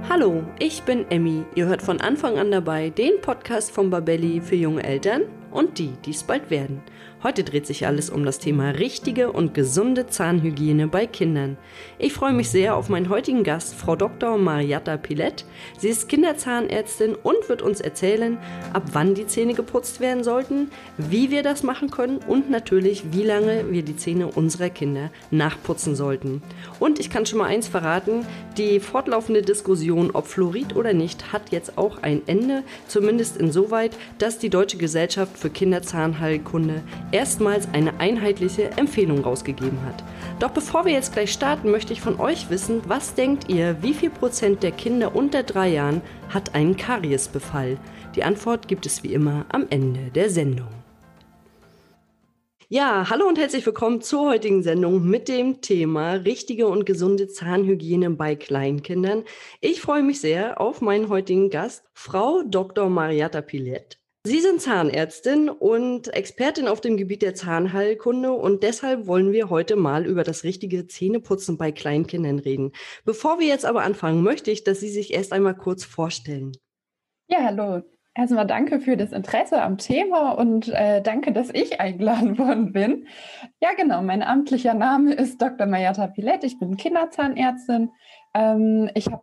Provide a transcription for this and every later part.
Hallo, ich bin Emmy. Ihr hört von Anfang an dabei den Podcast von Babelli für junge Eltern und die, die es bald werden. Heute dreht sich alles um das Thema richtige und gesunde Zahnhygiene bei Kindern. Ich freue mich sehr auf meinen heutigen Gast, Frau Dr. Mariatta Pilet. Sie ist Kinderzahnärztin und wird uns erzählen, ab wann die Zähne geputzt werden sollten, wie wir das machen können und natürlich, wie lange wir die Zähne unserer Kinder nachputzen sollten. Und ich kann schon mal eins verraten, die fortlaufende Diskussion, ob Fluorid oder nicht, hat jetzt auch ein Ende, zumindest insoweit, dass die Deutsche Gesellschaft für Kinderzahnheilkunde erstmals eine einheitliche Empfehlung rausgegeben hat. Doch bevor wir jetzt gleich starten, möchte ich von euch wissen, was denkt ihr, wie viel Prozent der Kinder unter 3 Jahren hat einen Kariesbefall? Die Antwort gibt es wie immer am Ende der Sendung. Ja, hallo und herzlich willkommen zur heutigen Sendung mit dem Thema richtige und gesunde Zahnhygiene bei Kleinkindern. Ich freue mich sehr auf meinen heutigen Gast, Frau Dr. Mariatta Pilet. Sie sind Zahnärztin und Expertin auf dem Gebiet der Zahnheilkunde und deshalb wollen wir heute mal über das richtige Zähneputzen bei Kleinkindern reden. Bevor wir jetzt aber anfangen, möchte ich, dass Sie sich erst einmal kurz vorstellen. Ja, hallo. Erstmal danke für das Interesse am Thema und danke, dass ich eingeladen worden bin. Ja, genau, mein amtlicher Name ist Dr. Mariatta Pilet. Ich bin Kinderzahnärztin. Ich habe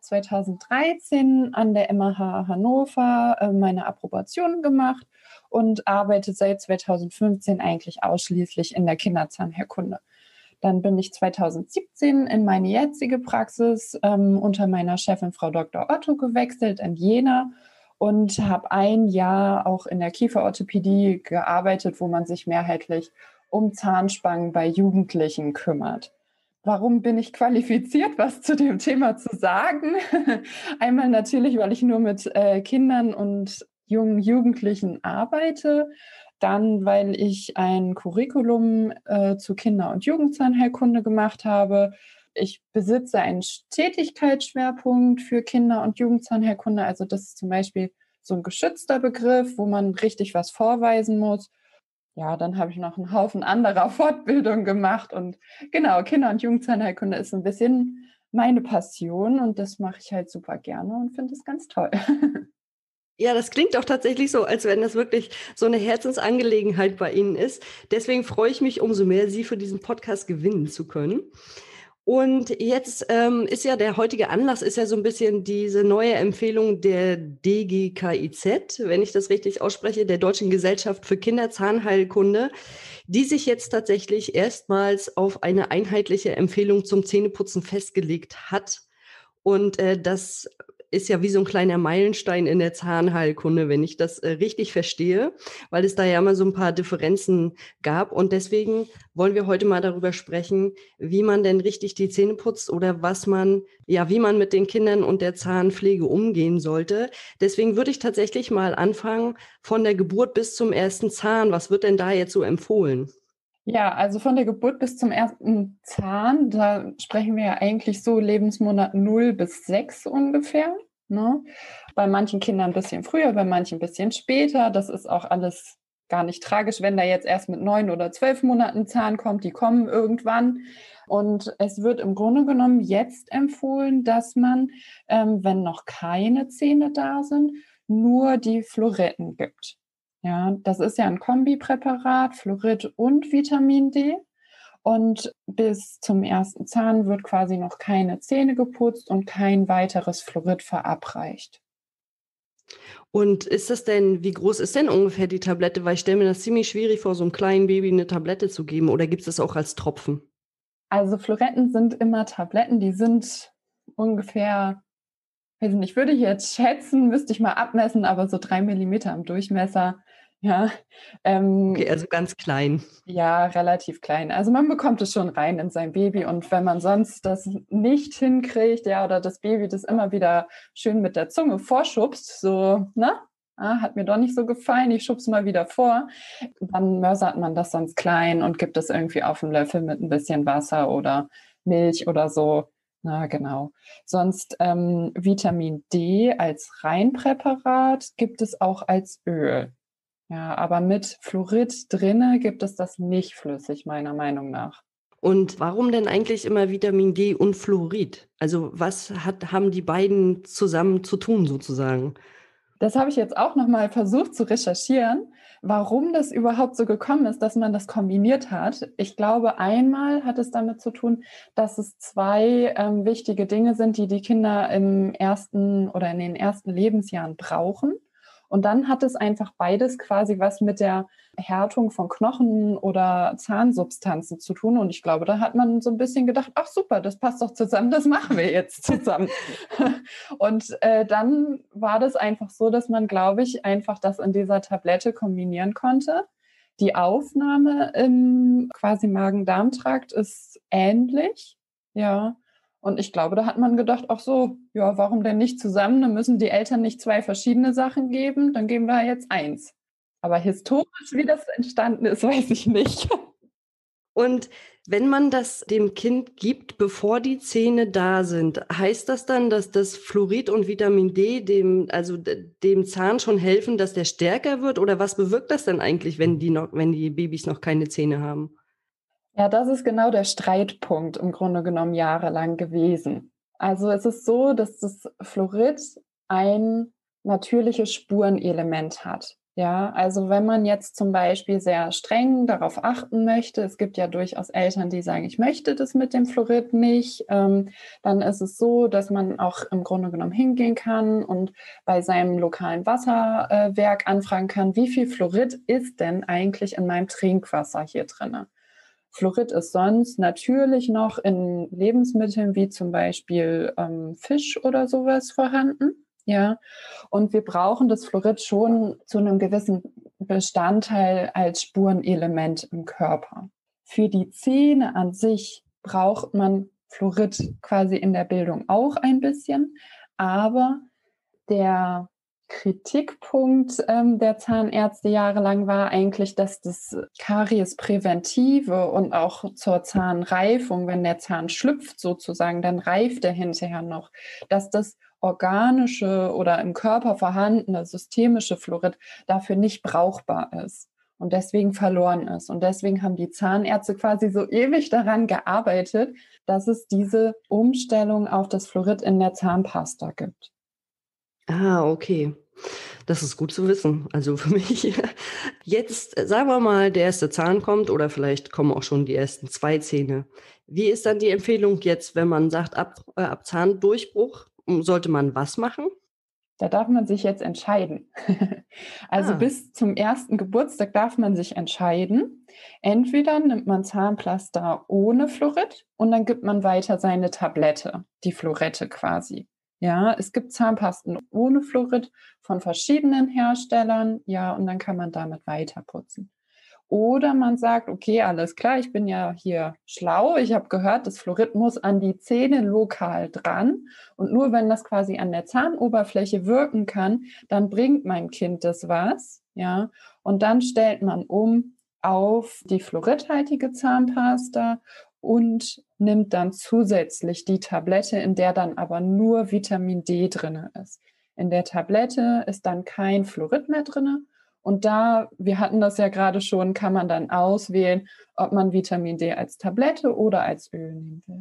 2013 an der MH Hannover meine Approbation gemacht und arbeite seit 2015 eigentlich ausschließlich in der Kinderzahnheilkunde. Dann bin ich 2017 in meine jetzige Praxis unter meiner Chefin Frau Dr. Otto gewechselt in Jena und habe 1 Jahr auch in der Kieferorthopädie gearbeitet, wo man sich mehrheitlich um Zahnspangen bei Jugendlichen kümmert. Warum bin ich qualifiziert, was zu dem Thema zu sagen? Einmal natürlich, weil ich nur mit Kindern und jungen Jugendlichen arbeite. Dann, weil ich ein Curriculum zu Kinder- und Jugendzahnheilkunde gemacht habe. Ich besitze einen Tätigkeitsschwerpunkt für Kinder- und Jugendzahnheilkunde. Also das ist zum Beispiel so ein geschützter Begriff, wo man richtig was vorweisen muss. Ja, dann habe ich noch einen Haufen anderer Fortbildungen gemacht. Und genau, Kinder- und Jugendzahnheilkunde ist ein bisschen meine Passion und das mache ich halt super gerne und finde es ganz toll. Ja, das klingt auch tatsächlich so, als wenn das wirklich so eine Herzensangelegenheit bei Ihnen ist. Deswegen freue ich mich umso mehr, Sie für diesen Podcast gewinnen zu können. Und jetzt ist ja der heutige Anlass ist ja so ein bisschen diese neue Empfehlung der DGKIZ, wenn ich das richtig ausspreche, der Deutschen Gesellschaft für Kinderzahnheilkunde, die sich jetzt tatsächlich erstmals auf eine einheitliche Empfehlung zum Zähneputzen festgelegt hat. Und das ist ja wie so ein kleiner Meilenstein in der Zahnheilkunde, wenn ich das richtig verstehe, weil es da ja immer so ein paar Differenzen gab. Und deswegen wollen wir heute mal darüber sprechen, wie man denn richtig die Zähne putzt oder wie man mit den Kindern und der Zahnpflege umgehen sollte. Deswegen würde ich tatsächlich mal anfangen von der Geburt bis zum ersten Zahn. Was wird denn da jetzt so empfohlen? Ja, also von der Geburt bis zum ersten Zahn, da sprechen wir ja eigentlich so Lebensmonat 0 bis 6 ungefähr. Ne? Bei manchen Kindern ein bisschen früher, bei manchen ein bisschen später. Das ist auch alles gar nicht tragisch, wenn da jetzt erst mit 9 oder 12 Monaten Zahn kommt. Die kommen irgendwann. Und es wird im Grunde genommen jetzt empfohlen, dass man, wenn noch keine Zähne da sind, nur die Floretten gibt. Ja, das ist ja ein Kombipräparat, Fluorid und Vitamin D. Und bis zum ersten Zahn wird quasi noch keine Zähne geputzt und kein weiteres Fluorid verabreicht. Und wie groß ist denn ungefähr die Tablette? Weil ich stelle mir das ziemlich schwierig vor, so einem kleinen Baby eine Tablette zu geben. Oder gibt es das auch als Tropfen? Also Fluoretten sind immer Tabletten, die sind ungefähr, weiß nicht, würde ich jetzt schätzen, müsste ich mal abmessen, aber so 3 Millimeter im Durchmesser. Ja, Okay, also ganz klein. ja, relativ klein. Also man bekommt es schon rein in sein Baby und wenn man sonst das nicht hinkriegt, ja, oder das Baby das immer wieder schön mit der Zunge vorschubst, so, ne? Ah, hat mir doch nicht so gefallen, ich schub's mal wieder vor, dann mörsert man das sonst klein und gibt es irgendwie auf einen Löffel mit ein bisschen Wasser oder Milch oder so. Na, genau. Sonst Vitamin D als Reinpräparat gibt es auch als Öl. Ja, aber mit Fluorid drinne gibt es das nicht flüssig, meiner Meinung nach. Und warum denn eigentlich immer Vitamin D und Fluorid? Also was haben die beiden zusammen zu tun sozusagen? Das habe ich jetzt auch noch mal versucht zu recherchieren, warum das überhaupt so gekommen ist, dass man das kombiniert hat. Ich glaube, einmal hat es damit zu tun, dass es zwei wichtige Dinge sind, die die Kinder im ersten oder in den ersten Lebensjahren brauchen. Und dann hat es einfach beides quasi was mit der Härtung von Knochen oder Zahnsubstanzen zu tun. Und ich glaube, da hat man so ein bisschen gedacht, ach super, das passt doch zusammen, das machen wir jetzt zusammen. Und dann war das einfach so, dass man, glaube ich, einfach das in dieser Tablette kombinieren konnte. Die Aufnahme im quasi Magen-Darm-Trakt ist ähnlich, ja. Und ich glaube, da hat man gedacht, ach so, ja, warum denn nicht zusammen? Dann müssen die Eltern nicht zwei verschiedene Sachen geben, dann geben wir jetzt eins. Aber historisch, wie das entstanden ist, weiß ich nicht. Und wenn man das dem Kind gibt, bevor die Zähne da sind, heißt das dann, dass das Fluorid und Vitamin D dem Zahn schon helfen, dass der stärker wird? Oder was bewirkt das denn eigentlich, wenn die Babys noch keine Zähne haben? Ja, das ist genau der Streitpunkt im Grunde genommen jahrelang gewesen. Also es ist so, dass das Fluorid ein natürliches Spurenelement hat. Ja, also wenn man jetzt zum Beispiel sehr streng darauf achten möchte, es gibt ja durchaus Eltern, die sagen, ich möchte das mit dem Fluorid nicht, dann ist es so, dass man auch im Grunde genommen hingehen kann und bei seinem lokalen Wasserwerk anfragen kann, wie viel Fluorid ist denn eigentlich in meinem Trinkwasser hier drin? Fluorid ist sonst natürlich noch in Lebensmitteln wie zum Beispiel Fisch oder sowas vorhanden. Ja, und wir brauchen das Fluorid schon zu einem gewissen Bestandteil als Spurenelement im Körper. Für die Zähne an sich braucht man Fluorid quasi in der Bildung auch ein bisschen, aber der Kritikpunkt der Zahnärzte jahrelang war eigentlich, dass das Kariespräventive und auch zur Zahnreifung, wenn der Zahn schlüpft sozusagen, dann reift er hinterher noch, dass das organische oder im Körper vorhandene systemische Fluorid dafür nicht brauchbar ist und deswegen verloren ist. Und deswegen haben die Zahnärzte quasi so ewig daran gearbeitet, dass es diese Umstellung auf das Fluorid in der Zahnpasta gibt. Ah, okay. Das ist gut zu wissen. Also für mich, jetzt sagen wir mal, der erste Zahn kommt oder vielleicht kommen auch schon die ersten zwei Zähne. Wie ist dann die Empfehlung jetzt, wenn man sagt, ab Zahndurchbruch, sollte man was machen? Da darf man sich jetzt entscheiden. Also Ah, bis zum ersten Geburtstag darf man sich entscheiden. Entweder nimmt man Zahnpflaster ohne Fluorid und dann gibt man weiter seine Tablette, die Fluorette quasi. Ja, es gibt Zahnpasten ohne Fluorid von verschiedenen Herstellern. Ja, und dann kann man damit weiter putzen. Oder man sagt, okay, alles klar, ich bin ja hier schlau. Ich habe gehört, das Fluorid muss an die Zähne lokal dran. Und nur wenn das quasi an der Zahnoberfläche wirken kann, dann bringt mein Kind das was. Ja, und dann stellt man um auf die fluoridhaltige Zahnpasta und nimmt dann zusätzlich die Tablette, in der dann aber nur Vitamin D drin ist. In der Tablette ist dann kein Fluorid mehr drin. Und da, wir hatten das ja gerade schon, kann man dann auswählen, ob man Vitamin D als Tablette oder als Öl nehmen will.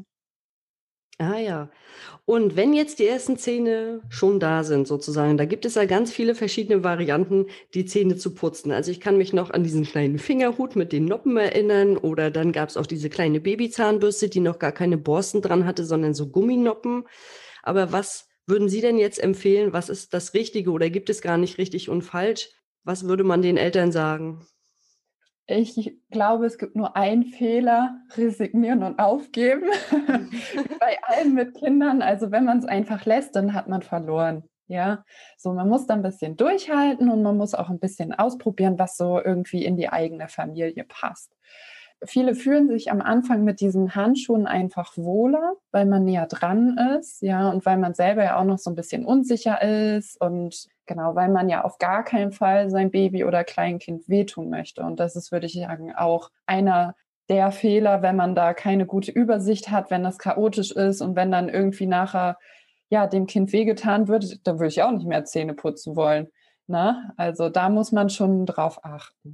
ah ja. Und wenn jetzt die ersten Zähne schon da sind, sozusagen, da gibt es ja ganz viele verschiedene Varianten, die Zähne zu putzen. Also ich kann mich noch an diesen kleinen Fingerhut mit den Noppen erinnern oder dann gab es auch diese kleine Babyzahnbürste, die noch gar keine Borsten dran hatte, sondern so Gumminoppen. Aber was würden Sie denn jetzt empfehlen? Was ist das Richtige oder gibt es gar nicht richtig und falsch? Was würde man den Eltern sagen? Ich glaube, es gibt nur einen Fehler, resignieren und aufgeben. Bei allem mit Kindern. Also wenn man es einfach lässt, dann hat man verloren. Ja, so man muss da ein bisschen durchhalten und man muss auch ein bisschen ausprobieren, was so irgendwie in die eigene Familie passt. Viele fühlen sich am Anfang mit diesen Handschuhen einfach wohler, weil man näher dran ist, ja, und weil man selber ja auch noch so ein bisschen unsicher ist und genau, weil man ja auf gar keinen Fall sein Baby oder Kleinkind wehtun möchte. Und das ist, würde ich sagen, auch einer der Fehler, wenn man da keine gute Übersicht hat, wenn das chaotisch ist und wenn dann irgendwie nachher ja dem Kind wehgetan wird, dann würde ich auch nicht mehr Zähne putzen wollen. Ne? Also da muss man schon drauf achten.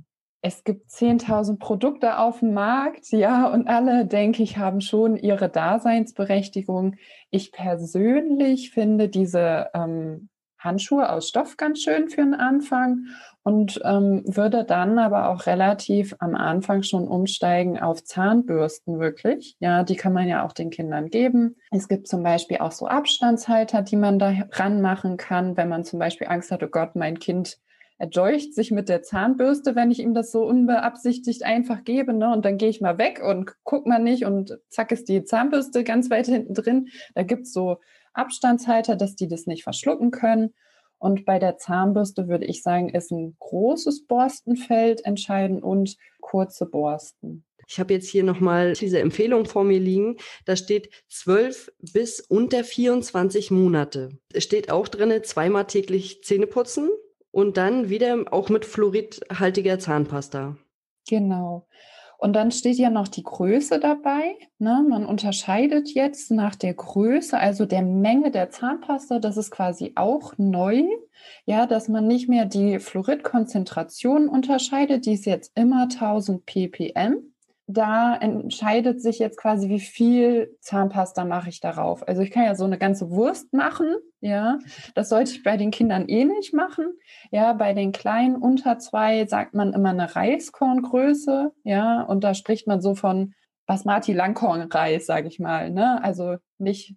Es gibt 10.000 Produkte auf dem Markt, ja, und alle, denke ich, haben schon ihre Daseinsberechtigung. Ich persönlich finde diese Handschuhe aus Stoff ganz schön für den Anfang und würde dann aber auch relativ am Anfang schon umsteigen auf Zahnbürsten wirklich. Ja, die kann man ja auch den Kindern geben. Es gibt zum Beispiel auch so Abstandshalter, die man da ranmachen kann, wenn man zum Beispiel Angst hat, oh Gott, mein Kind erdolcht sich mit der Zahnbürste, wenn ich ihm das so unbeabsichtigt einfach gebe, ne? Und dann gehe ich mal weg und guck mal nicht und zack ist die Zahnbürste ganz weit hinten drin. Da gibt's so Abstandshalter, dass die das nicht verschlucken können. Und bei der Zahnbürste würde ich sagen, ist ein großes Borstenfeld entscheidend und kurze Borsten. Ich habe jetzt hier nochmal diese Empfehlung vor mir liegen. Da steht 12 bis unter 24 Monate. Es steht auch drin, zweimal täglich Zähne putzen und dann wieder auch mit fluoridhaltiger Zahnpasta. Genau. Und dann steht ja noch die Größe dabei. Ne? Man unterscheidet jetzt nach der Größe, also der Menge der Zahnpasta. Das ist quasi auch neu, ja, dass man nicht mehr die Fluoridkonzentration unterscheidet. Die ist jetzt immer 1000 ppm. Da entscheidet sich jetzt quasi, wie viel Zahnpasta mache ich darauf. Also ich kann ja so eine ganze Wurst machen, ja. Das sollte ich bei den Kindern eh nicht machen. Ja, bei den Kleinen unter 2 sagt man immer eine Reiskorngröße, ja. Und da spricht man so von Basmati-Langkornreis, sage ich mal, ne? Also nicht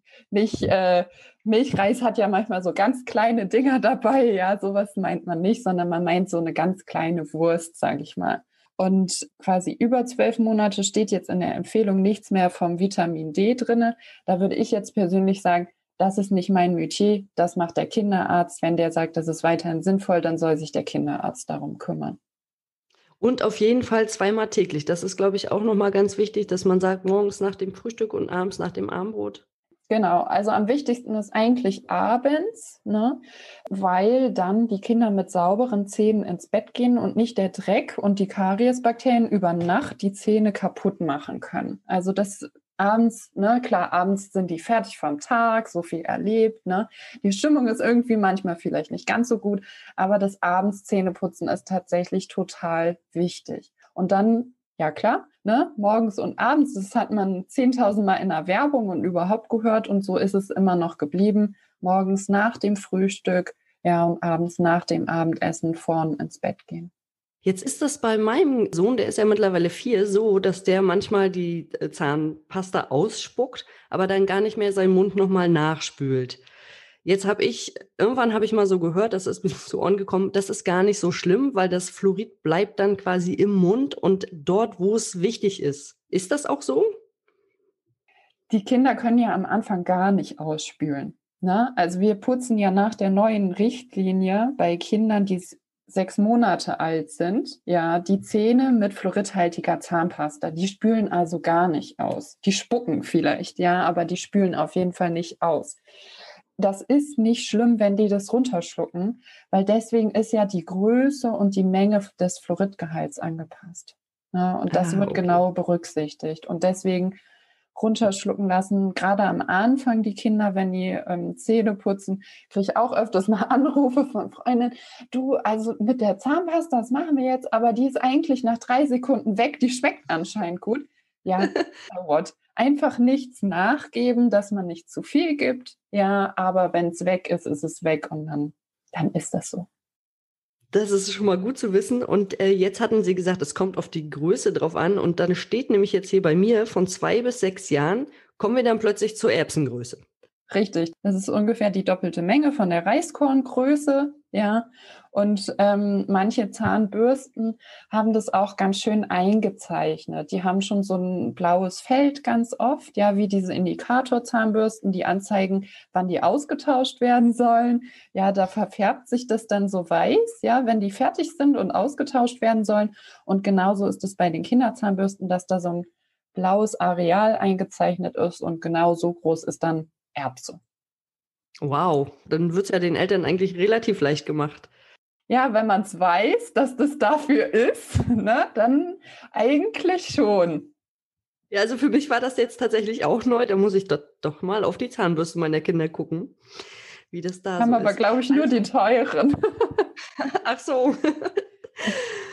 Milchreis hat ja manchmal so ganz kleine Dinger dabei, ja. Sowas meint man nicht, sondern man meint so eine ganz kleine Wurst, sage ich mal. Und quasi über 12 Monate steht jetzt in der Empfehlung nichts mehr vom Vitamin D drinne. Da würde ich jetzt persönlich sagen, das ist nicht mein Metier, das macht der Kinderarzt. Wenn der sagt, das ist weiterhin sinnvoll, dann soll sich der Kinderarzt darum kümmern. Und auf jeden Fall zweimal täglich. Das ist, glaube ich, auch nochmal ganz wichtig, dass man sagt, morgens nach dem Frühstück und abends nach dem Abendbrot. Genau, also am wichtigsten ist eigentlich abends, ne, weil dann die Kinder mit sauberen Zähnen ins Bett gehen und nicht der Dreck und die Kariesbakterien über Nacht die Zähne kaputt machen können. Also das abends, ne, klar, abends sind die fertig vom Tag, so viel erlebt, ne. Die Stimmung ist irgendwie manchmal vielleicht nicht ganz so gut, aber das abends Zähneputzen ist tatsächlich total wichtig. Und dann ja klar, ne? Morgens und abends, das hat man 10.000 Mal in der Werbung und überhaupt gehört und so ist es immer noch geblieben. Morgens nach dem Frühstück, ja, und abends nach dem Abendessen vorn ins Bett gehen. Jetzt ist das bei meinem Sohn, der ist ja mittlerweile 4, so, dass der manchmal die Zahnpasta ausspuckt, aber dann gar nicht mehr seinen Mund nochmal nachspült. Irgendwann habe ich mal so gehört, das ist mir zu Ohren gekommen, das ist gar nicht so schlimm, weil das Fluorid bleibt dann quasi im Mund und dort, wo es wichtig ist. Ist das auch so? Die Kinder können ja am Anfang gar nicht ausspülen. Ne? Also wir putzen ja nach der neuen Richtlinie bei Kindern, die 6 Monate alt sind, ja, die Zähne mit fluoridhaltiger Zahnpasta. Die spülen also gar nicht aus. Die spucken vielleicht, ja, aber die spülen auf jeden Fall nicht aus. Das ist nicht schlimm, wenn die das runterschlucken, weil deswegen ist ja die Größe und die Menge des Fluoridgehalts angepasst. Ja, und das wird Okay. genau berücksichtigt. Und deswegen runterschlucken lassen. Gerade am Anfang die Kinder, wenn die Zähne putzen, kriege ich auch öfters mal Anrufe von Freundinnen. Du, also mit der Zahnpasta, das machen wir jetzt, aber die ist eigentlich nach 3 Sekunden weg. Die schmeckt anscheinend gut. Ja, what? Einfach nichts nachgeben, dass man nicht zu viel gibt. Ja, aber wenn es weg ist, ist es weg und dann ist das so. Das ist schon mal gut zu wissen. Und jetzt hatten Sie gesagt, es kommt auf die Größe drauf an. Und dann steht nämlich jetzt hier bei mir, von 2 bis 6 Jahren kommen wir dann plötzlich zur Erbsengröße. Richtig, das ist ungefähr die doppelte Menge von der Reiskorngröße, ja. Und manche Zahnbürsten haben das auch ganz schön eingezeichnet. Die haben schon so ein blaues Feld ganz oft, ja, wie diese Indikatorzahnbürsten, die anzeigen, wann die ausgetauscht werden sollen. Ja, da verfärbt sich das dann so weiß, ja, wenn die fertig sind und ausgetauscht werden sollen. Und genauso ist es bei den Kinderzahnbürsten, dass da so ein blaues Areal eingezeichnet ist und genau so groß ist dann Erbse. Wow, dann wird es ja den Eltern eigentlich relativ leicht gemacht. Ja, wenn man es weiß, dass das dafür ist, ne, dann eigentlich schon. Ja, also für mich war das jetzt tatsächlich auch neu. Da muss ich doch mal auf die Zahnbürste meiner Kinder gucken, wie das da Haben so aber, ist. glaube ich, nur die teuren. Ach so.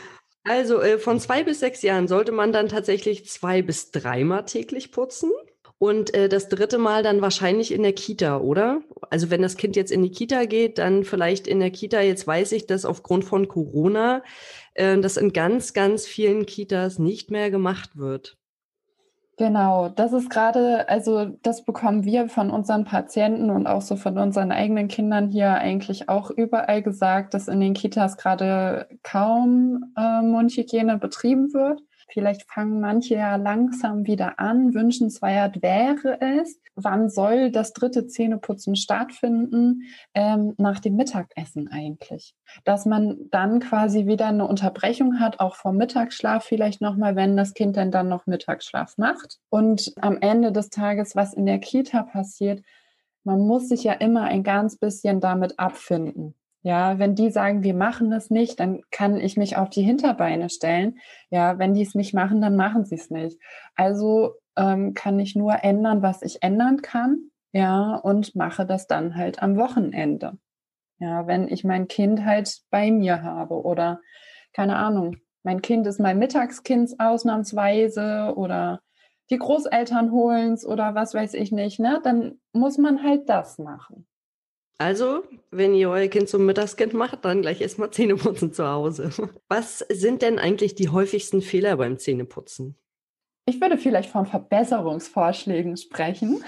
Also von 2 bis 6 Jahren sollte man dann tatsächlich 2 bis 3 Mal täglich putzen. Und das dritte Mal dann wahrscheinlich in der Kita, oder? Also wenn das Kind jetzt in die Kita geht, dann vielleicht in der Kita. Jetzt weiß ich, dass aufgrund von Corona das in ganz, ganz vielen Kitas nicht mehr gemacht wird. Genau, das ist gerade, also das bekommen wir von unseren Patienten und auch so von unseren eigenen Kindern hier eigentlich auch überall gesagt, dass in den Kitas gerade kaum Mundhygiene betrieben wird. Vielleicht fangen manche ja langsam wieder an. Wünschenswert wäre es. Wann soll das dritte Zähneputzen stattfinden? Nach dem Mittagessen eigentlich. Dass man dann quasi wieder eine Unterbrechung hat, auch vom Mittagsschlaf vielleicht nochmal, wenn das Kind dann noch Mittagsschlaf macht. Und am Ende des Tages, was in der Kita passiert, man muss sich ja immer ein ganz bisschen damit abfinden. Ja, wenn die sagen, wir machen das nicht, dann kann ich mich auf die Hinterbeine stellen. Ja, wenn die es nicht machen, dann machen sie es nicht. Also kann ich nur ändern, was ich ändern kann. Ja, und mache das dann halt am Wochenende. Ja, wenn ich mein Kind halt bei mir habe oder keine Ahnung, mein Kind ist mein Mittagskind ausnahmsweise oder die Großeltern holen es oder was weiß ich nicht, ne? Dann muss man halt das machen. Also, wenn ihr euer Kind zum Mittagskind macht, dann gleich erstmal Zähneputzen zu Hause. Was sind denn eigentlich die häufigsten Fehler beim Zähneputzen? Ich würde vielleicht von Verbesserungsvorschlägen sprechen.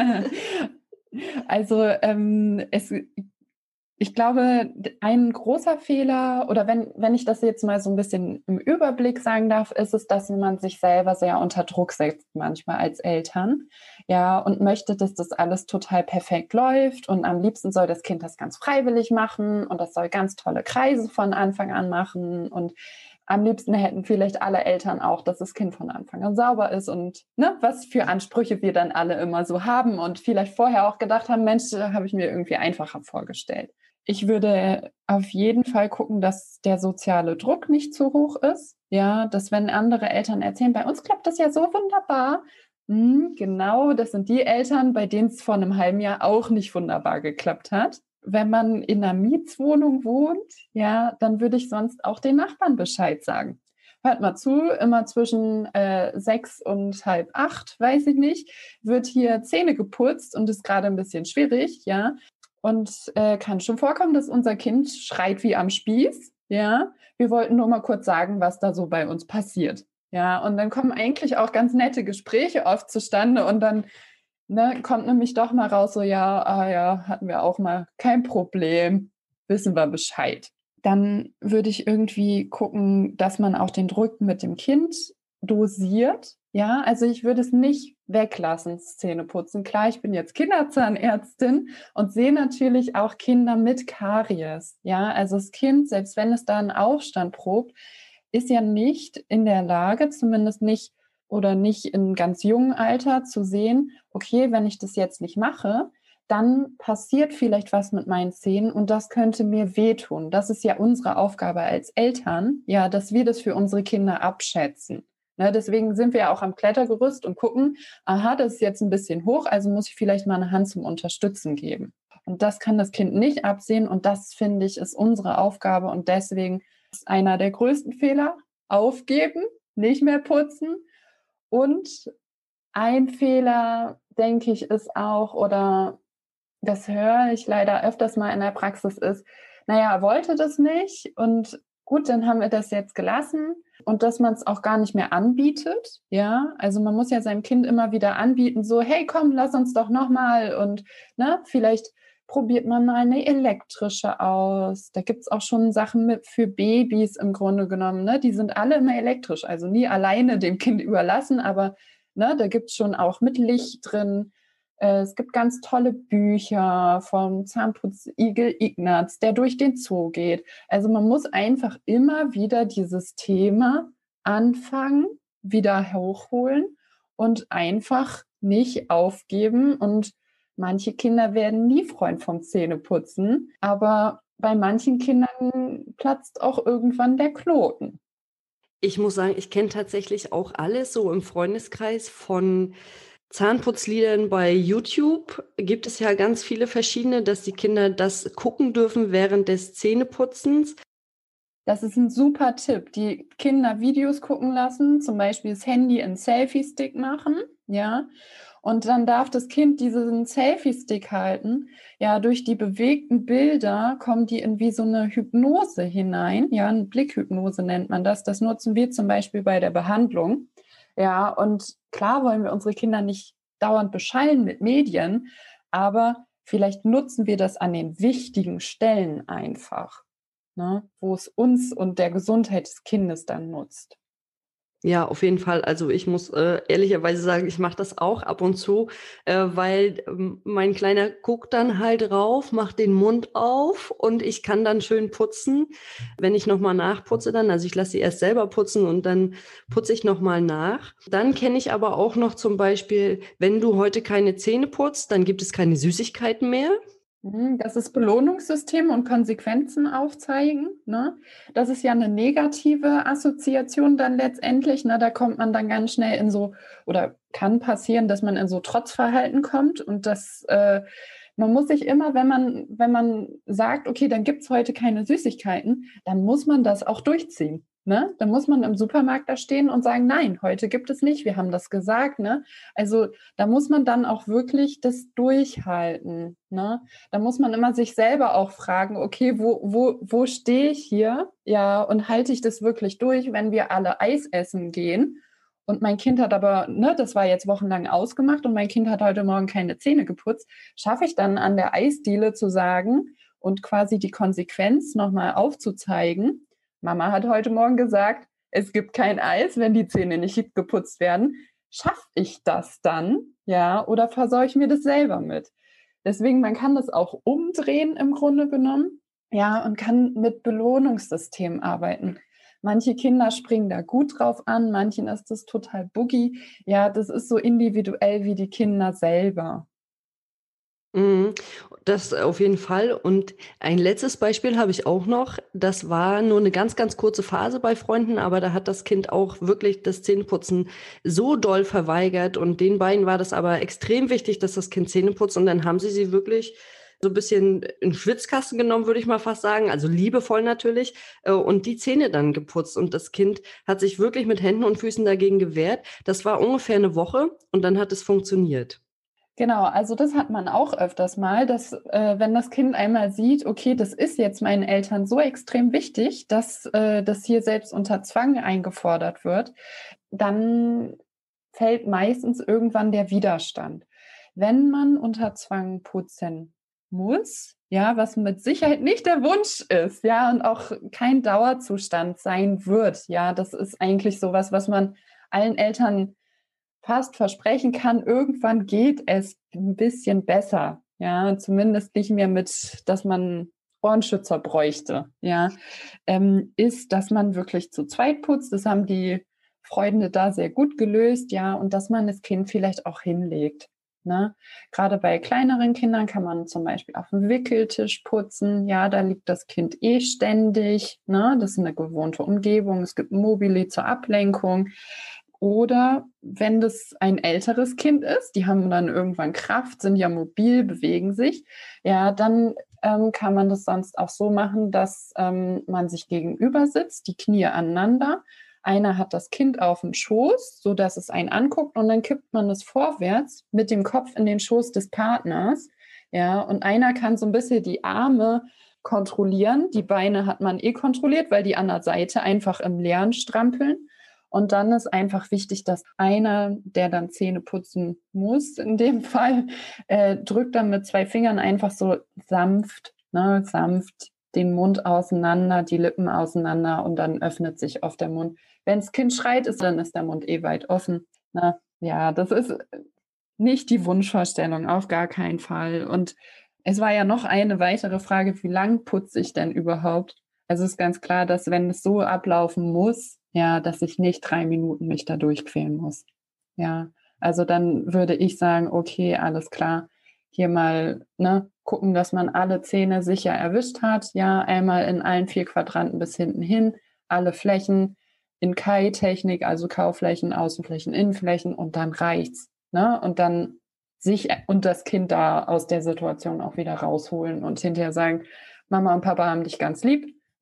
Also ich glaube, ein großer Fehler, oder wenn ich das jetzt mal so ein bisschen im Überblick sagen darf, ist es, dass man sich selber sehr unter Druck setzt, manchmal als Eltern, ja, und möchte, dass das alles total perfekt läuft. Und am liebsten soll das Kind das ganz freiwillig machen und das soll ganz tolle Kreise von Anfang an machen. Und am liebsten hätten vielleicht alle Eltern auch, dass das Kind von Anfang an sauber ist und ne, was für Ansprüche wir dann alle immer so haben und vielleicht vorher auch gedacht haben, Mensch, habe ich mir irgendwie einfacher vorgestellt. Ich würde auf jeden Fall gucken, dass der soziale Druck nicht zu hoch ist. Ja, dass wenn andere Eltern erzählen, bei uns klappt das ja so wunderbar. Genau, das sind die Eltern, bei denen es vor einem halben Jahr auch nicht wunderbar geklappt hat. Wenn man in einer Mietswohnung wohnt, ja, dann würde ich sonst auch den Nachbarn Bescheid sagen. Hört mal zu, immer zwischen 6 und halb 8, weiß ich nicht, wird hier Zähne geputzt und ist gerade ein bisschen schwierig, ja. Und kann schon vorkommen, dass unser Kind schreit wie am Spieß. Ja, wir wollten nur mal kurz sagen, was da so bei uns passiert. Ja, und dann kommen eigentlich auch ganz nette Gespräche oft zustande und dann ne, kommt nämlich doch mal raus, so ja, ah ja, hatten wir auch mal, kein Problem, wissen wir Bescheid. Dann würde ich irgendwie gucken, dass man auch den Druck mit dem Kind dosiert. Ja, also ich würde es nicht weglassen, Zähneputzen. Klar, ich bin jetzt Kinderzahnärztin und sehe natürlich auch Kinder mit Karies. Ja, also das Kind, selbst wenn es da einen Aufstand probt, ist ja nicht in der Lage, zumindest nicht oder nicht in ganz jungen Alter zu sehen, okay, wenn ich das jetzt nicht mache, dann passiert vielleicht was mit meinen Zähnen und das könnte mir wehtun. Das ist ja unsere Aufgabe als Eltern, ja, dass wir das für unsere Kinder abschätzen. Ne, deswegen sind wir ja auch am Klettergerüst und gucken, aha, das ist jetzt ein bisschen hoch, also muss ich vielleicht mal eine Hand zum Unterstützen geben. Und das kann das Kind nicht absehen und das, finde ich, ist unsere Aufgabe und deswegen ist einer der größten Fehler, aufgeben, nicht mehr putzen. Und ein Fehler, denke ich, ist auch, oder das höre ich leider öfters mal in der Praxis, ist, naja, er wollte das nicht und gut, dann haben wir das jetzt gelassen und dass man es auch gar nicht mehr anbietet, ja, also man muss ja seinem Kind immer wieder anbieten, so, hey, komm, lass uns doch nochmal und ne, vielleicht probiert man mal eine elektrische aus. Da gibt es auch schon Sachen mit für Babys im Grunde genommen, ne, die sind alle immer elektrisch, also nie alleine dem Kind überlassen, aber ne, da gibt es schon auch mit Licht drin. Es gibt ganz tolle Bücher vom Zahnputzigel Ignaz, der durch den Zoo geht. Also man muss einfach immer wieder dieses Thema anfangen, wieder hochholen und einfach nicht aufgeben. Und manche Kinder werden nie Freund vom Zähneputzen, aber bei manchen Kindern platzt auch irgendwann der Knoten. Ich muss sagen, ich kenne tatsächlich auch alles so im Freundeskreis von Zahnputzliedern bei YouTube. Gibt es ja ganz viele verschiedene, dass die Kinder das gucken dürfen während des Zähneputzens. Das ist ein super Tipp. Die Kinder Videos gucken lassen, zum Beispiel das Handy in Selfie-Stick machen, ja. Und dann darf das Kind diesen Selfie-Stick halten. Ja, durch die bewegten Bilder kommen die in wie so eine Hypnose hinein. Ja, eine Blickhypnose nennt man das. Das nutzen wir zum Beispiel bei der Behandlung. Ja, und klar wollen wir unsere Kinder nicht dauernd beschallen mit Medien, aber vielleicht nutzen wir das an den wichtigen Stellen einfach, ne, wo es uns und der Gesundheit des Kindes dann nutzt. Ja, auf jeden Fall. Also ich muss ehrlicherweise sagen, ich mache das auch ab und zu, weil mein Kleiner guckt dann halt rauf, macht den Mund auf und ich kann dann schön putzen. Wenn ich nochmal nachputze dann, also ich lasse sie erst selber putzen und dann putze ich nochmal nach. Dann kenne ich aber auch noch zum Beispiel, wenn du heute keine Zähne putzt, dann gibt es keine Süßigkeiten mehr. Das ist Belohnungssystem und Konsequenzen aufzeigen. Ne? Das ist ja eine negative Assoziation dann letztendlich. Ne? Da kommt man dann ganz schnell in so, oder kann passieren, dass man in so Trotzverhalten kommt. Und man muss sich immer, wenn man sagt, okay, dann gibt es heute keine Süßigkeiten, dann muss man das auch durchziehen. Ne? Dann muss man im Supermarkt da stehen und sagen, nein, heute gibt es nicht, wir haben das gesagt. Ne? Also da muss man dann auch wirklich das durchhalten. Ne? Da muss man immer sich selber auch fragen, okay, wo stehe ich hier? Ja, und halte ich das wirklich durch, wenn wir alle Eis essen gehen? Und mein Kind hat aber, ne, das war jetzt wochenlang ausgemacht und mein Kind hat heute Morgen keine Zähne geputzt. Schaffe ich dann an der Eisdiele zu sagen und quasi die Konsequenz nochmal aufzuzeigen? Mama hat heute Morgen gesagt, es gibt kein Eis, wenn die Zähne nicht geputzt werden. Schaffe ich das dann? Ja, oder versorge ich mir das selber mit? Deswegen, man kann das auch umdrehen im Grunde genommen, ja, und kann mit Belohnungssystemen arbeiten. Manche Kinder springen da gut drauf an, manchen ist das total boogie. Ja, das ist so individuell wie die Kinder selber. Mhm. Das auf jeden Fall. Und ein letztes Beispiel habe ich auch noch. Das war nur eine ganz, ganz kurze Phase bei Freunden, aber da hat das Kind auch wirklich das Zähneputzen so doll verweigert. Und den beiden war das aber extrem wichtig, dass das Kind Zähne putzt. Und dann haben sie wirklich so ein bisschen in den Schwitzkasten genommen, würde ich mal fast sagen. Also liebevoll natürlich. Und die Zähne dann geputzt. Und das Kind hat sich wirklich mit Händen und Füßen dagegen gewehrt. Das war ungefähr eine Woche und dann hat es funktioniert. Genau, also das hat man auch öfters mal, dass wenn das Kind einmal sieht, okay, das ist jetzt meinen Eltern so extrem wichtig, dass das hier selbst unter Zwang eingefordert wird, dann fällt meistens irgendwann der Widerstand. Wenn man unter Zwang putzen muss, ja, was mit Sicherheit nicht der Wunsch ist, ja, und auch kein Dauerzustand sein wird, ja, das ist eigentlich sowas, was man allen Eltern fast versprechen kann, irgendwann geht es ein bisschen besser. Ja, zumindest nicht mehr mit, dass man Ohrenschützer bräuchte. Ja, ist, dass man wirklich zu zweit putzt. Das haben die Freunde da sehr gut gelöst. Ja, und dass man das Kind vielleicht auch hinlegt. Ne? Gerade bei kleineren Kindern kann man zum Beispiel auf dem Wickeltisch putzen. Ja, da liegt das Kind eh ständig. Ne? Das ist eine gewohnte Umgebung. Es gibt Mobili zur Ablenkung. Oder wenn das ein älteres Kind ist, die haben dann irgendwann Kraft, sind ja mobil, bewegen sich, ja, dann kann man das sonst auch so machen, dass man sich gegenüber sitzt, die Knie aneinander. Einer hat das Kind auf dem Schoß, sodass es einen anguckt und dann kippt man es vorwärts mit dem Kopf in den Schoß des Partners. Ja, und einer kann so ein bisschen die Arme kontrollieren. Die Beine hat man eh kontrolliert, weil die an der Seite einfach im Leeren strampeln. Und dann ist einfach wichtig, dass einer, der dann Zähne putzen muss, in dem Fall, drückt dann mit zwei Fingern einfach so sanft, ne, sanft den Mund auseinander, die Lippen auseinander und dann öffnet sich oft der Mund. Wenn das Kind schreit, dann ist der Mund eh weit offen. Ne? Ja, das ist nicht die Wunschvorstellung, auf gar keinen Fall. Und es war ja noch eine weitere Frage, wie lang putze ich denn überhaupt? Also es ist ganz klar, dass wenn es so ablaufen muss, ja, dass ich nicht 3 Minuten mich da durchquälen muss. Ja, also dann würde ich sagen, okay, alles klar, hier mal ne, gucken, dass man alle Zähne sicher erwischt hat. Ja, einmal in allen 4 Quadranten bis hinten hin, alle Flächen in Kai-Technik, also Kauflächen, Außenflächen, Innenflächen und dann reicht's. Ne? Und dann sich und das Kind da aus der Situation auch wieder rausholen und hinterher sagen, Mama und Papa haben dich ganz lieb.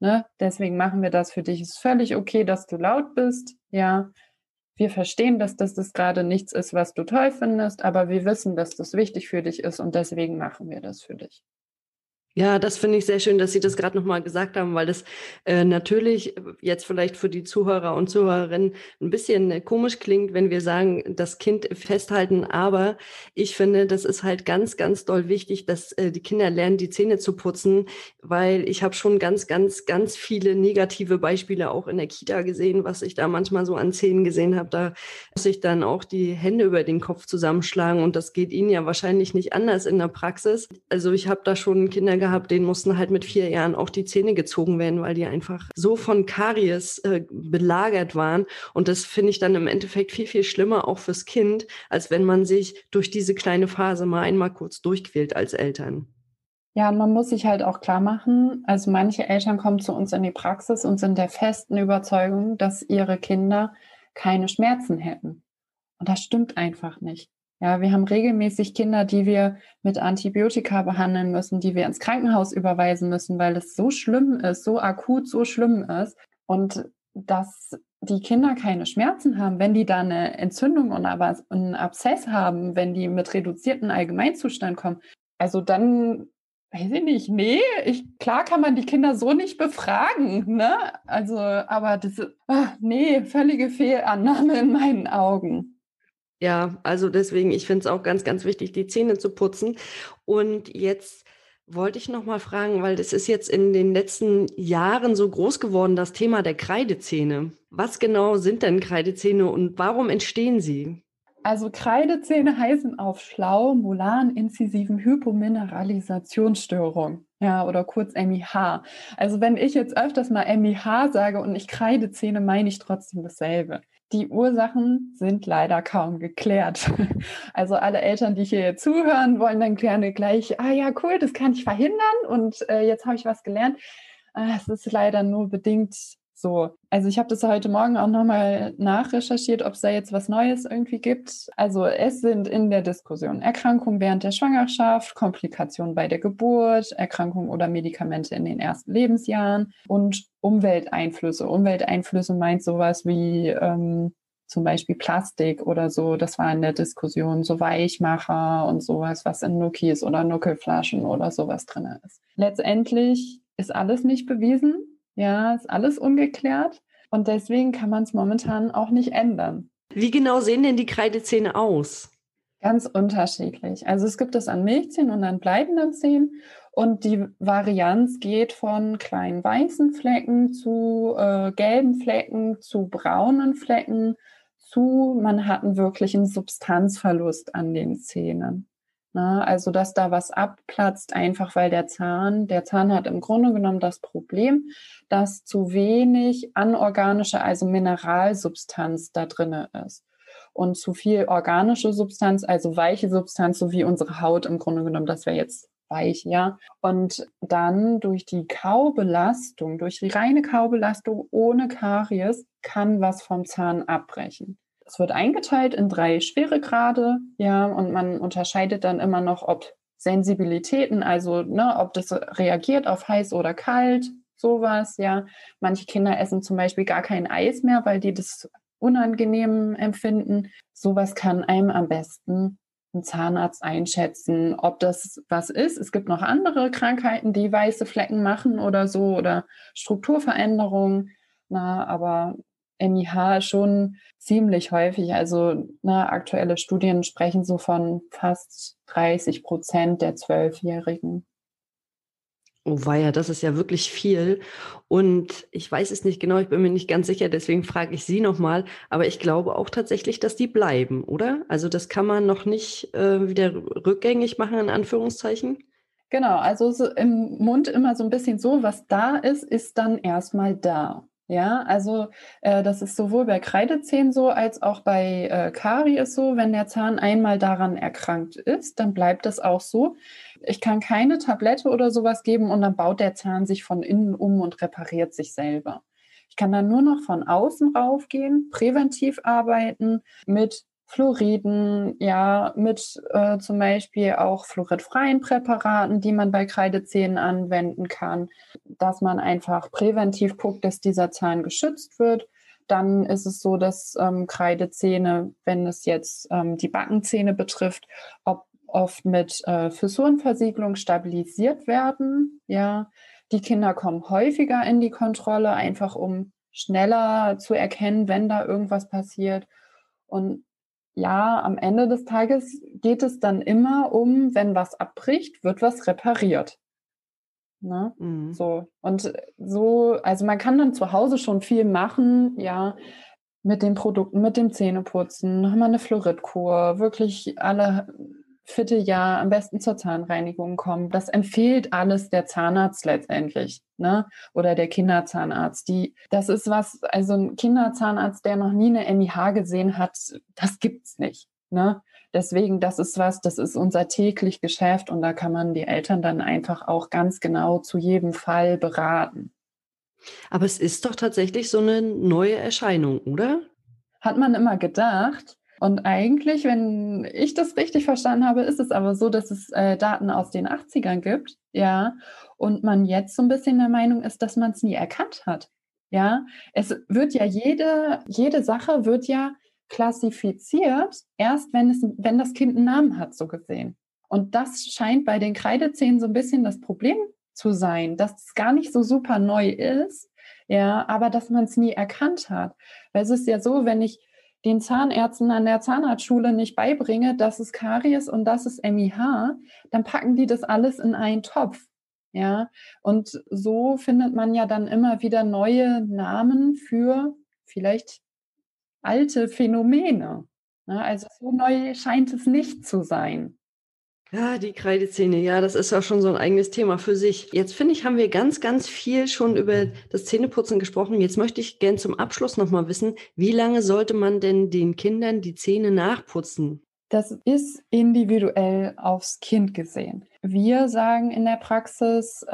ne, deswegen machen wir das für dich. Es ist völlig okay, dass du laut bist, ja. Wir verstehen, dass das gerade nichts ist, was du toll findest, aber wir wissen, dass das wichtig für dich ist und deswegen machen wir das für dich. Ja, das finde ich sehr schön, dass Sie das gerade nochmal gesagt haben, weil das natürlich jetzt vielleicht für die Zuhörer und Zuhörerinnen ein bisschen komisch klingt, wenn wir sagen, das Kind festhalten. Aber ich finde, das ist halt ganz, ganz doll wichtig, dass die Kinder lernen, die Zähne zu putzen, weil ich habe schon ganz, ganz, ganz viele negative Beispiele auch in der Kita gesehen, was ich da manchmal so an Szenen gesehen habe. Da muss ich dann auch die Hände über den Kopf zusammenschlagen und das geht Ihnen ja wahrscheinlich nicht anders in der Praxis. Also ich habe da schon Kinder gehabt, denen mussten halt mit 4 Jahren auch die Zähne gezogen werden, weil die einfach so von Karies belagert waren. Und das finde ich dann im Endeffekt viel, viel schlimmer auch fürs Kind, als wenn man sich durch diese kleine Phase mal einmal kurz durchquält als Eltern. Ja, und man muss sich halt auch klar machen, also manche Eltern kommen zu uns in die Praxis und sind der festen Überzeugung, dass ihre Kinder keine Schmerzen hätten. Und das stimmt einfach nicht. Ja, wir haben regelmäßig Kinder, die wir mit Antibiotika behandeln müssen, die wir ins Krankenhaus überweisen müssen, weil es so schlimm ist, so akut so schlimm ist. Und dass die Kinder keine Schmerzen haben, wenn die da eine Entzündung und aber einen Abszess haben, wenn die mit reduzierten Allgemeinzustand kommen, also dann weiß ich nicht, nee, klar kann man die Kinder so nicht befragen, ne? Also, aber nee, völlige Fehlannahme in meinen Augen. Ja, also deswegen, ich finde es auch ganz, ganz wichtig, die Zähne zu putzen. Und jetzt wollte ich noch mal fragen, weil das ist jetzt in den letzten Jahren so groß geworden, das Thema der Kreidezähne. Was genau sind denn Kreidezähne und warum entstehen sie? Also Kreidezähne heißen auf schlau Molar-inzisiven Hypomineralisationsstörung. Ja, oder kurz MIH. Also wenn ich jetzt öfters mal MIH sage und nicht Kreidezähne, meine ich trotzdem dasselbe. Die Ursachen sind leider kaum geklärt. Also alle Eltern, die hier zuhören, wollen dann gerne gleich, ja cool, das kann ich verhindern und jetzt habe ich was gelernt. Es ist leider nur bedingt so. Also ich habe das heute Morgen auch nochmal nachrecherchiert, ob es da jetzt was Neues irgendwie gibt. Also es sind in der Diskussion Erkrankungen während der Schwangerschaft, Komplikationen bei der Geburt, Erkrankungen oder Medikamente in den ersten Lebensjahren und Umwelteinflüsse. Umwelteinflüsse meint sowas wie zum Beispiel Plastik oder so, das war in der Diskussion, so Weichmacher und sowas, was in Nuckis oder Nuckelflaschen oder sowas drin ist. Letztendlich ist alles nicht bewiesen. Ja, ist alles ungeklärt und deswegen kann man es momentan auch nicht ändern. Wie genau sehen denn die Kreidezähne aus? Ganz unterschiedlich. Also es gibt es an Milchzähnen und an bleibenden Zähnen und die Varianz geht von kleinen weißen Flecken zu gelben Flecken zu braunen Flecken zu, man hat einen wirklichen Substanzverlust an den Zähnen. Na, also dass da was abplatzt, einfach weil der Zahn hat im Grunde genommen das Problem, dass zu wenig anorganische, also Mineralsubstanz da drin ist. Und zu viel organische Substanz, also weiche Substanz, so wie unsere Haut im Grunde genommen, das wäre jetzt weich, ja. Und dann durch die Kaubelastung, durch die reine Kaubelastung ohne Karies, kann was vom Zahn abbrechen. Es wird eingeteilt in 3 Schweregrade, ja, und man unterscheidet dann immer noch, ob Sensibilitäten, also ne, ob das reagiert auf heiß oder kalt, sowas, ja. Manche Kinder essen zum Beispiel gar kein Eis mehr, weil die das unangenehm empfinden. Sowas kann einem am besten ein Zahnarzt einschätzen, ob das was ist. Es gibt noch andere Krankheiten, die weiße Flecken machen oder so oder Strukturveränderungen, aber MIH schon ziemlich häufig. Also aktuelle Studien sprechen so von fast 30% der 12-Jährigen. Oh weia, das ist ja wirklich viel. Und ich weiß es nicht genau, ich bin mir nicht ganz sicher, deswegen frage ich Sie nochmal. Aber ich glaube auch tatsächlich, dass die bleiben, oder? Also das kann man noch nicht wieder rückgängig machen, in Anführungszeichen. Genau, also so im Mund immer so ein bisschen so, was da ist, ist dann erstmal da. Ja, also das ist sowohl bei Kreidezähnen so, als auch bei Karies so. Wenn der Zahn einmal daran erkrankt ist, dann bleibt das auch so. Ich kann keine Tablette oder sowas geben und dann baut der Zahn sich von innen um und repariert sich selber. Ich kann dann nur noch von außen raufgehen, präventiv arbeiten mit Fluoriden, ja, mit zum Beispiel auch fluoridfreien Präparaten, die man bei Kreidezähnen anwenden kann, dass man einfach präventiv guckt, dass dieser Zahn geschützt wird. Dann ist es so, dass Kreidezähne, wenn es jetzt die Backenzähne betrifft, oft mit Fissurenversiegelung stabilisiert werden. Ja, die Kinder kommen häufiger in die Kontrolle, einfach um schneller zu erkennen, wenn da irgendwas passiert. Und ja, am Ende des Tages geht es dann immer um, wenn was abbricht, wird was repariert. Ne? Mhm. So. Und so, also man kann dann zu Hause schon viel machen, ja, mit den Produkten, mit dem Zähneputzen, haben wir eine Fluoridkur, wirklich alle Vierteljahr am besten zur Zahnreinigung kommen. Das empfiehlt alles der Zahnarzt letztendlich, ne? Oder der Kinderzahnarzt. Das ist was, also ein Kinderzahnarzt, der noch nie eine MIH gesehen hat, das gibt's nicht, ne? Deswegen, das ist unser täglich Geschäft und da kann man die Eltern dann einfach auch ganz genau zu jedem Fall beraten. Aber es ist doch tatsächlich so eine neue Erscheinung, oder? Hat man immer gedacht. Und eigentlich, wenn ich das richtig verstanden habe, ist es aber so, dass es Daten aus den 80ern gibt, ja, und man jetzt so ein bisschen der Meinung ist, dass man es nie erkannt hat. Ja, es wird ja jede Sache wird ja klassifiziert, erst wenn das Kind einen Namen hat, so gesehen. Und das scheint bei den Kreidezähnen so ein bisschen das Problem zu sein, dass es gar nicht so super neu ist, ja, aber dass man es nie erkannt hat. Weil es ist ja so, wenn ich den Zahnärzten an der Zahnarztschule nicht beibringe, das ist Karies und das ist MIH, dann packen die das alles in einen Topf. Ja, und so findet man ja dann immer wieder neue Namen für vielleicht alte Phänomene. Ja, also so neu scheint es nicht zu sein. Ja, die Kreidezähne, ja, das ist ja schon so ein eigenes Thema für sich. Jetzt finde ich, haben wir ganz, ganz viel schon über das Zähneputzen gesprochen. Jetzt möchte ich gern zum Abschluss noch mal wissen, wie lange sollte man denn den Kindern die Zähne nachputzen? Das ist individuell aufs Kind gesehen. Wir sagen in der Praxis,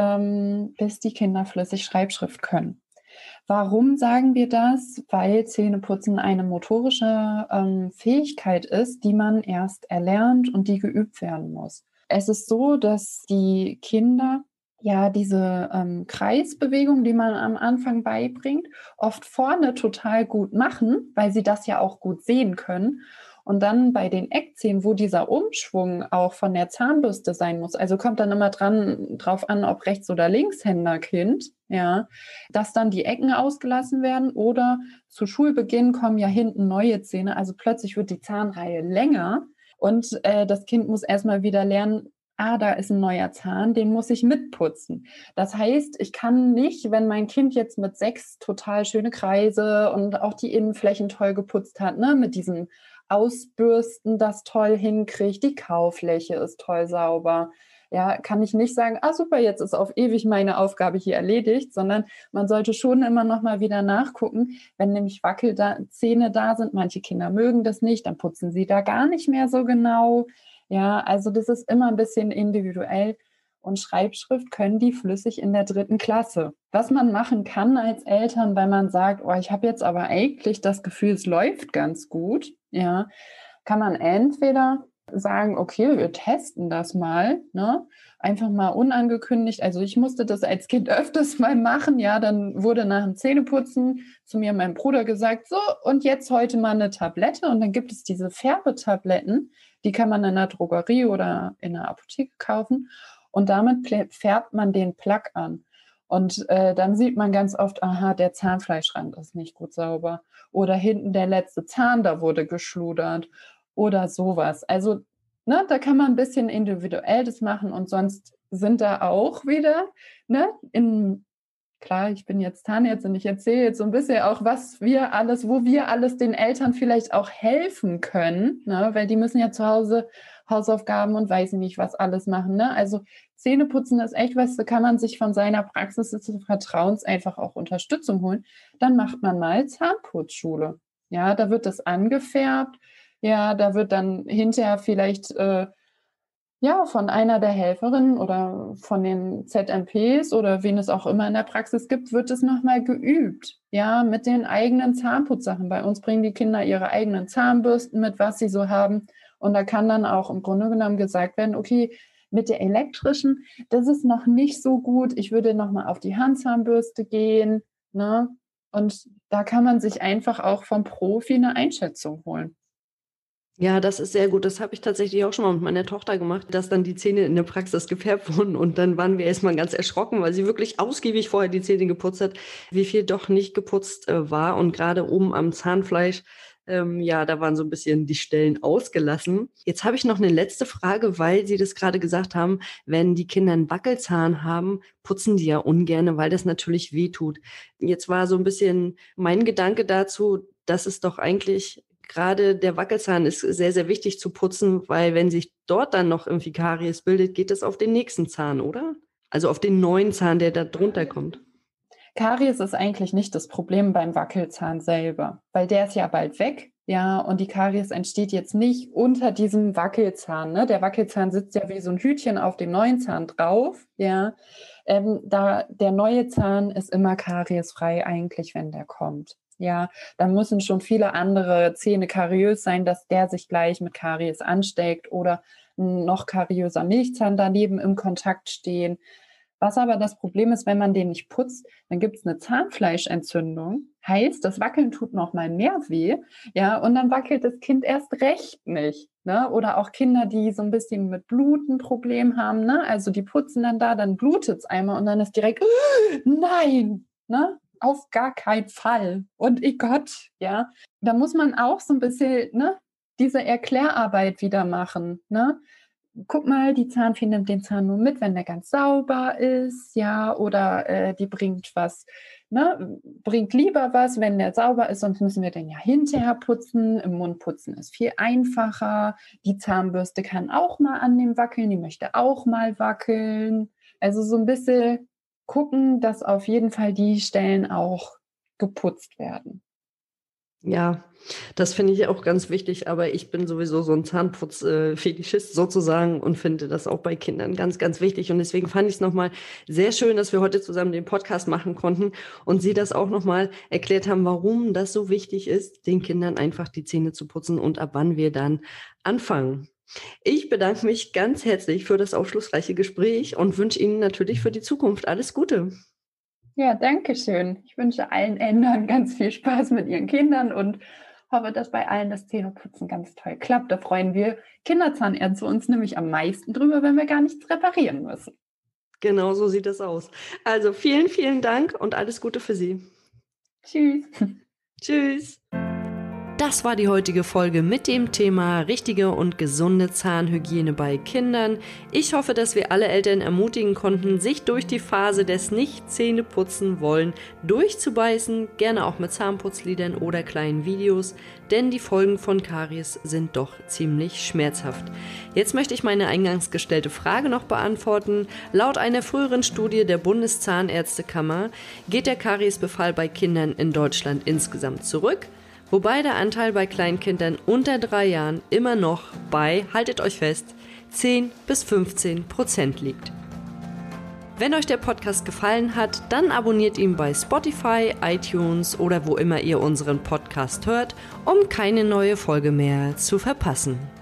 bis die Kinder flüssig Schreibschrift können. Warum sagen wir das? Weil Zähneputzen eine motorische Fähigkeit ist, die man erst erlernt und die geübt werden muss. Es ist so, dass die Kinder ja diese Kreisbewegung, die man am Anfang beibringt, oft vorne total gut machen, weil sie das ja auch gut sehen können. Und dann bei den Eckzähnen, wo dieser Umschwung auch von der Zahnbürste sein muss, also kommt dann immer drauf an, ob Rechts- oder Linkshänderkind, ja, dass dann die Ecken ausgelassen werden oder zu Schulbeginn kommen ja hinten neue Zähne, also plötzlich wird die Zahnreihe länger und das Kind muss erstmal wieder lernen, da ist ein neuer Zahn, den muss ich mitputzen. Das heißt, ich kann nicht, wenn mein Kind jetzt mit 6 total schöne Kreise und auch die Innenflächen toll geputzt hat, ne, mit diesem Ausbürsten das toll hinkriegt, die Kaufläche ist toll sauber. Ja, kann ich nicht sagen, super, jetzt ist auf ewig meine Aufgabe hier erledigt, sondern man sollte schon immer noch mal wieder nachgucken, wenn nämlich Wackelzähne da sind. Manche Kinder mögen das nicht, dann putzen sie da gar nicht mehr so genau. Ja, also das ist immer ein bisschen individuell. Und Schreibschrift können die flüssig in der 3. Klasse. Was man machen kann als Eltern, weil man sagt, ich habe jetzt aber eigentlich das Gefühl, es läuft ganz gut, ja, kann man entweder sagen, okay, wir testen das mal, ne? Einfach mal unangekündigt. Also ich musste das als Kind öfters mal machen, ja, dann wurde nach dem Zähneputzen zu mir mein Bruder gesagt, so, und jetzt heute mal eine Tablette und dann gibt es diese Färbetabletten, die kann man in der Drogerie oder in der Apotheke kaufen und damit färbt man den Plaque an. Und dann sieht man ganz oft, der Zahnfleischrand ist nicht gut sauber. Oder hinten der letzte Zahn, da wurde geschludert. Oder sowas. Also, ne, da kann man ein bisschen individuell das machen und sonst sind da auch wieder, ne, klar, ich bin jetzt Zahnärztin, ich erzähle jetzt so ein bisschen auch, wo wir alles den Eltern vielleicht auch helfen können, ne, weil die müssen ja zu Hause Hausaufgaben und weiß ich nicht was alles machen, ne? Also Zähneputzen ist echt was, da kann man sich von seiner Praxis des Vertrauens einfach auch Unterstützung holen. Dann macht man mal Zahnputzschule. Ja, da wird das angefärbt. Ja, da wird dann hinterher vielleicht Ja, von einer der Helferinnen oder von den ZMPs oder wen es auch immer in der Praxis gibt, wird es nochmal geübt. Ja, mit den eigenen Zahnputzsachen. Bei uns bringen die Kinder ihre eigenen Zahnbürsten mit, was sie so haben. Und da kann dann auch im Grunde genommen gesagt werden, okay, mit der elektrischen, das ist noch nicht so gut. Ich würde nochmal auf die Handzahnbürste gehen. Ne? Und da kann man sich einfach auch vom Profi eine Einschätzung holen. Ja, das ist sehr gut. Das habe ich tatsächlich auch schon mal mit meiner Tochter gemacht, dass dann die Zähne in der Praxis gefärbt wurden. Und dann waren wir erstmal ganz erschrocken, weil sie wirklich ausgiebig vorher die Zähne geputzt hat, wie viel doch nicht geputzt war. Und gerade oben am Zahnfleisch, ja, da waren so ein bisschen die Stellen ausgelassen. Jetzt habe ich noch eine letzte Frage, weil Sie das gerade gesagt haben, wenn die Kinder einen Wackelzahn haben, putzen die ja ungerne, weil das natürlich wehtut. Jetzt war so ein bisschen mein Gedanke dazu, dass es doch eigentlich gerade der Wackelzahn ist sehr, sehr wichtig zu putzen, weil wenn sich dort dann noch irgendwie Karies bildet, geht das auf den nächsten Zahn, oder? Also auf den neuen Zahn, der da drunter kommt. Karies ist eigentlich nicht das Problem beim Wackelzahn selber, weil der ist ja bald weg, ja, und die Karies entsteht jetzt nicht unter diesem Wackelzahn, ne? Der Wackelzahn sitzt ja wie so ein Hütchen auf dem neuen Zahn drauf, ja. Der neue Zahn ist immer kariesfrei eigentlich, wenn der kommt. Ja, dann müssen schon viele andere Zähne kariös sein, dass der sich gleich mit Karies ansteckt oder ein noch kariöser Milchzahn daneben im Kontakt stehen. Was aber das Problem ist, wenn man den nicht putzt, dann gibt es eine Zahnfleischentzündung. Heißt, das Wackeln tut noch mal mehr weh, ja, und dann wackelt das Kind erst recht nicht. Ne? Oder auch Kinder, die so ein bisschen mit Blut ein Problem haben, ne? Also die putzen dann blutet es einmal und dann ist direkt, nein, ne? Auf gar keinen Fall. Und Gott, ja, da muss man auch so ein bisschen, ne, diese Erklärarbeit wieder machen, ne? Guck mal, die Zahnfee nimmt den Zahn nur mit, wenn der ganz sauber ist, ja, oder die bringt was, ne, bringt lieber was, wenn der sauber ist, sonst müssen wir den ja hinterher putzen. Im Mund putzen ist viel einfacher. Die Zahnbürste kann auch mal an dem wackeln, die möchte auch mal wackeln. Also so ein bisschen gucken, dass auf jeden Fall die Stellen auch geputzt werden. Ja, das finde ich auch ganz wichtig, aber ich bin sowieso so ein Zahnputz-Fetischist sozusagen und finde das auch bei Kindern ganz, ganz wichtig. Und deswegen fand ich es nochmal sehr schön, dass wir heute zusammen den Podcast machen konnten und Sie das auch nochmal erklärt haben, warum das so wichtig ist, den Kindern einfach die Zähne zu putzen und ab wann wir dann anfangen. Ich bedanke mich ganz herzlich für das aufschlussreiche Gespräch und wünsche Ihnen natürlich für die Zukunft alles Gute. Ja, danke schön. Ich wünsche allen Eltern ganz viel Spaß mit ihren Kindern und hoffe, dass bei allen das Zähneputzen ganz toll klappt. Da freuen wir Kinderzahnärzte uns nämlich am meisten drüber, wenn wir gar nichts reparieren müssen. Genau so sieht es aus. Also vielen, vielen Dank und alles Gute für Sie. Tschüss. Tschüss. Das war die heutige Folge mit dem Thema richtige und gesunde Zahnhygiene bei Kindern. Ich hoffe, dass wir alle Eltern ermutigen konnten, sich durch die Phase des Nicht-Zähne-Putzen-Wollen durchzubeißen, gerne auch mit Zahnputzliedern oder kleinen Videos, denn die Folgen von Karies sind doch ziemlich schmerzhaft. Jetzt möchte ich meine eingangs gestellte Frage noch beantworten. Laut einer früheren Studie der Bundeszahnärztekammer geht der Kariesbefall bei Kindern in Deutschland insgesamt zurück, wobei der Anteil bei Kleinkindern unter 3 Jahren immer noch bei, haltet euch fest, 10-15% liegt. Wenn euch der Podcast gefallen hat, dann abonniert ihn bei Spotify, iTunes oder wo immer ihr unseren Podcast hört, um keine neue Folge mehr zu verpassen.